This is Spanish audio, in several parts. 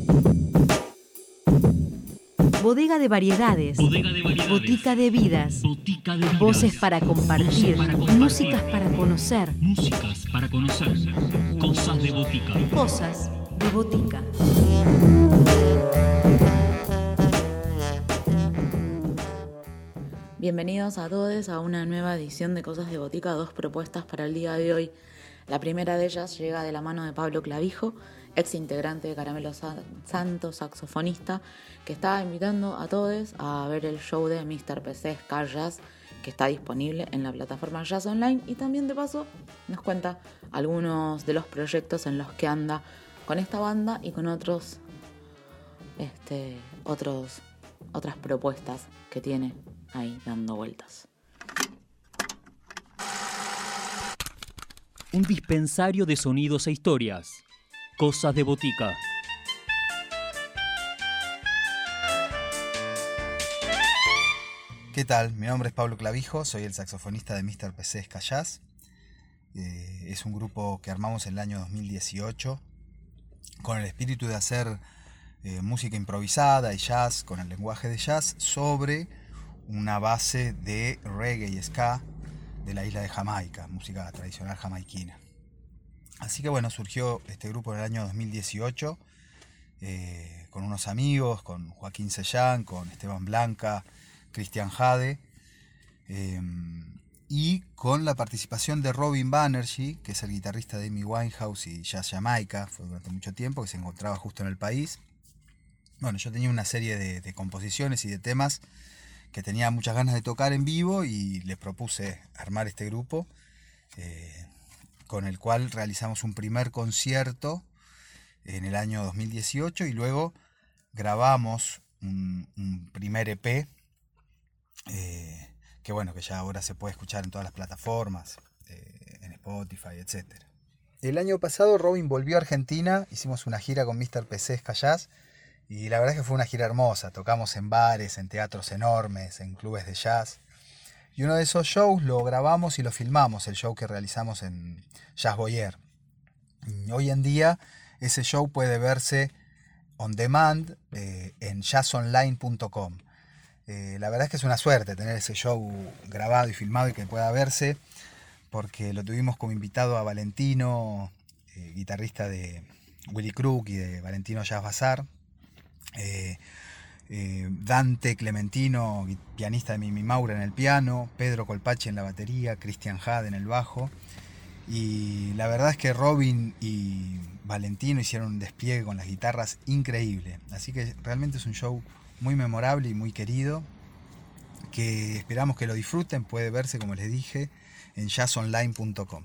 Bodega de variedades. Botica de vidas. Voces para compartir. Músicas para conocer. Cosas de botica. Cosas de botica. Bienvenidos a todos a una nueva edición de Cosas de Botica, 2 propuestas para el día de hoy. La primera de ellas llega de la mano de Pablo Clavijo, ex integrante de Caramelo Santo, saxofonista, que está invitando a todos a ver el show de Mr. PC Ska Jazz, que está disponible en la plataforma Jazz Online, y también de paso nos cuenta algunos de los proyectos en los que anda con esta banda y con otras propuestas que tiene ahí dando vueltas. Un dispensario de sonidos e historias. Cosas de botica. ¿Qué tal? Mi nombre es Pablo Clavijo, soy el saxofonista de Mr. PC Ska Jazz. Es un grupo que armamos en el año 2018 con el espíritu de hacer música improvisada y jazz con el lenguaje de jazz sobre una base de reggae y ska de la isla de Jamaica, música tradicional jamaiquina. Así que bueno, surgió este grupo en el año 2018 con unos amigos, con Joaquín Sellán, con Esteban Blanca, Cristian Jade, y con la participación de Robin Banerjee, que es el guitarrista de Amy Winehouse y Jazz Jamaica, fue durante mucho tiempo, que se encontraba justo en el país. Bueno, yo tenía una serie de composiciones y de temas que tenía muchas ganas de tocar en vivo y les propuse armar este grupo, con el cual realizamos un primer concierto en el año 2018 y luego grabamos un primer EP que ya ahora se puede escuchar en todas las plataformas, en Spotify, etc. El año pasado Robin volvió a Argentina, hicimos una gira con Mr. PC Ska Jazz y la verdad es que fue una gira hermosa. Tocamos en bares, en teatros enormes, en clubes de jazz. Y uno de esos shows lo grabamos y lo filmamos, el show que realizamos en Jazz Boyer. Hoy en día ese show puede verse on demand en jazzonline.com. La verdad es que es una suerte tener ese show grabado y filmado y que pueda verse, porque lo tuvimos como invitado a Valentino, guitarrista de Willy Crook y de Valentino Jazz Bazaar, Dante Clementino, pianista de Mimi Maura, en el piano, Pedro Colpachi en la batería, Cristian Jade en el bajo, y la verdad es que Robin y Valentino hicieron un despliegue con las guitarras increíble, así que realmente es un show muy memorable y muy querido, que esperamos que lo disfruten. Puede verse, como les dije, en jazzonline.com.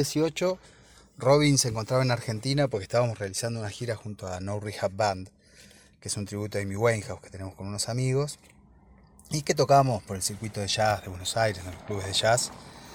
2018 Robin se encontraba en Argentina porque estábamos realizando una gira junto a No Rehab Band, que es un tributo a Amy Winehouse que tenemos con unos amigos, y que tocamos por el circuito de jazz de Buenos Aires, en los clubes de jazz.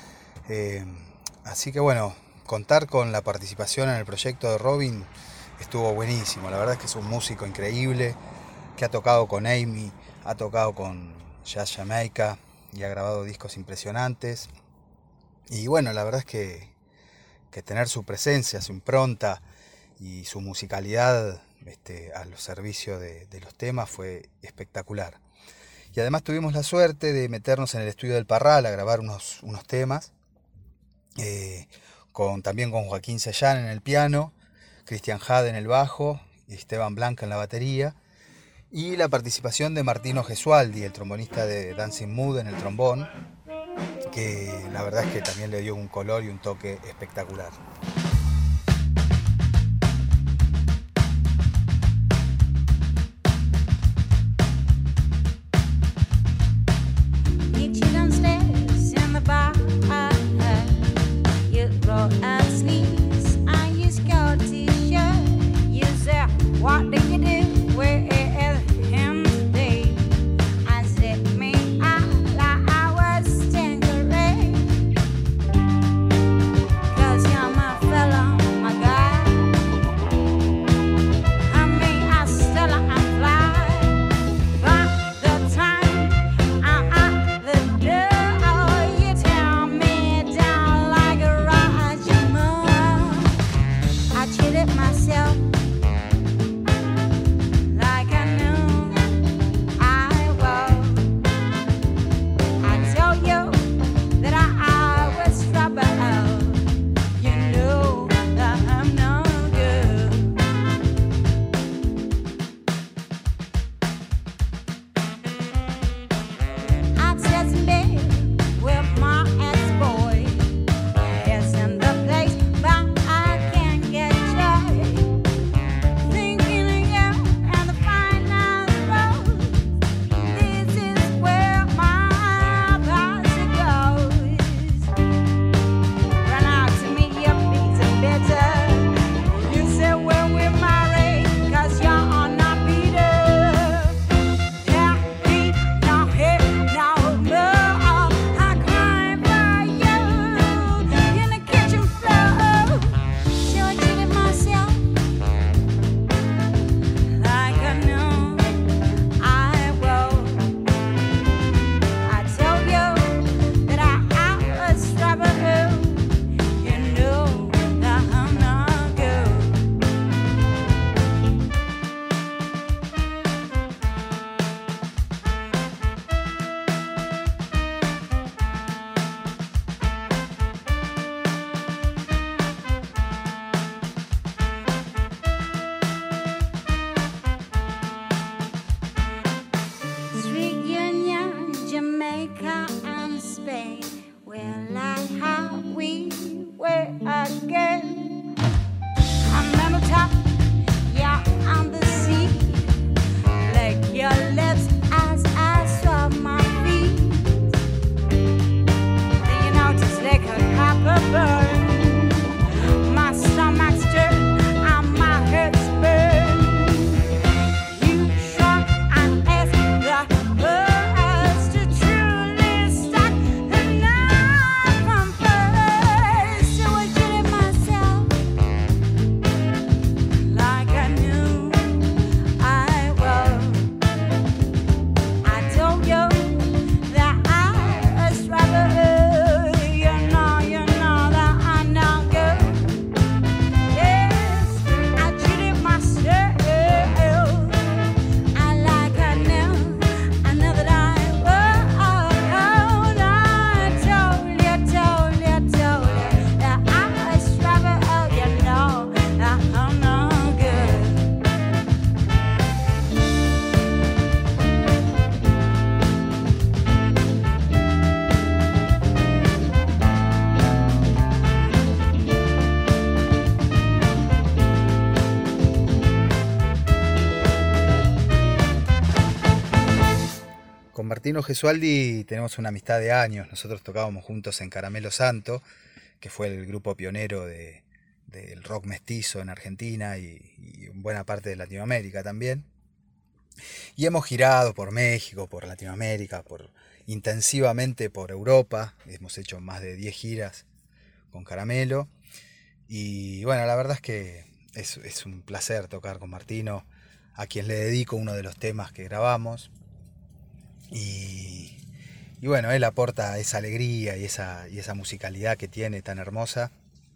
Así que bueno, contar con la participación en el proyecto de Robin estuvo buenísimo. La verdad es que es un músico increíble, que ha tocado con Amy, ha tocado con Jazz Jamaica y ha grabado discos impresionantes. Y bueno, la verdad es que tener su presencia, su impronta y su musicalidad a los servicios de los temas fue espectacular. Y además tuvimos la suerte de meternos en el estudio del Parral a grabar unos temas, también con Joaquín Sellán en el piano, Cristian Jade en el bajo y Esteban Blanca en la batería, y la participación de Martino Gesualdi, el trombonista de Dancing Mood, en el trombón, que la verdad es que también le dio un color y un toque espectacular. Con Martino Gesualdi tenemos una amistad de años. Nosotros tocábamos juntos en Caramelo Santo, que fue el grupo pionero del rock mestizo en Argentina y en buena parte de Latinoamérica también. Y hemos girado por México, por Latinoamérica, intensivamente por Europa. Hemos hecho más de 10 giras con Caramelo. Y bueno, la verdad es que es un placer tocar con Martino, a quien le dedico uno de los temas que grabamos. Y bueno, él aporta esa alegría y esa musicalidad que tiene tan hermosa.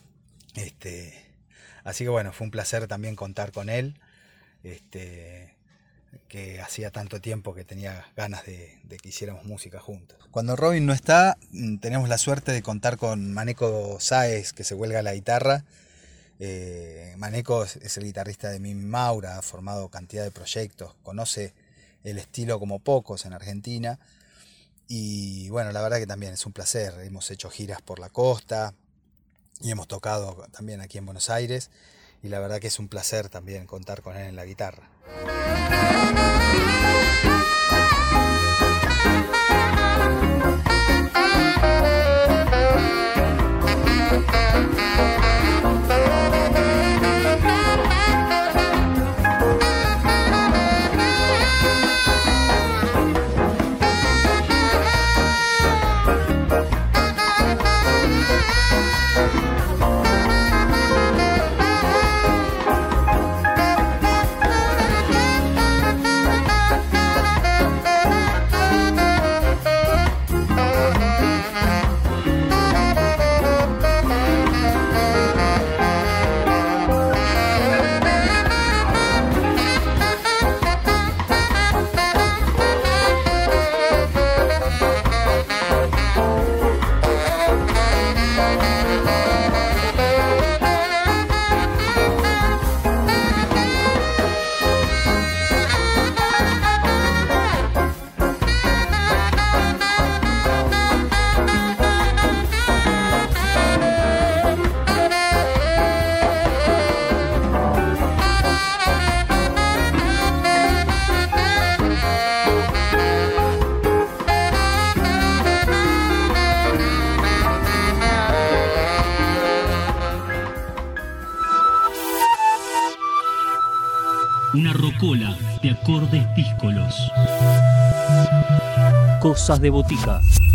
Así que bueno, fue un placer también contar con él, que hacía tanto tiempo que tenía ganas de que hiciéramos música juntos. Cuando Robin no está, tenemos la suerte de contar con Maneco Sáez, que se cuelga la guitarra. Maneco es el guitarrista de Mimi Maura, ha formado cantidad de proyectos, conoce el estilo como pocos en Argentina. Y bueno, la verdad que también es un placer. Hemos hecho giras por la costa y hemos tocado también aquí en Buenos Aires. Y la verdad que es un placer también contar con él en la guitarra. Una rocola de acordes díscolos. Cosas de botica.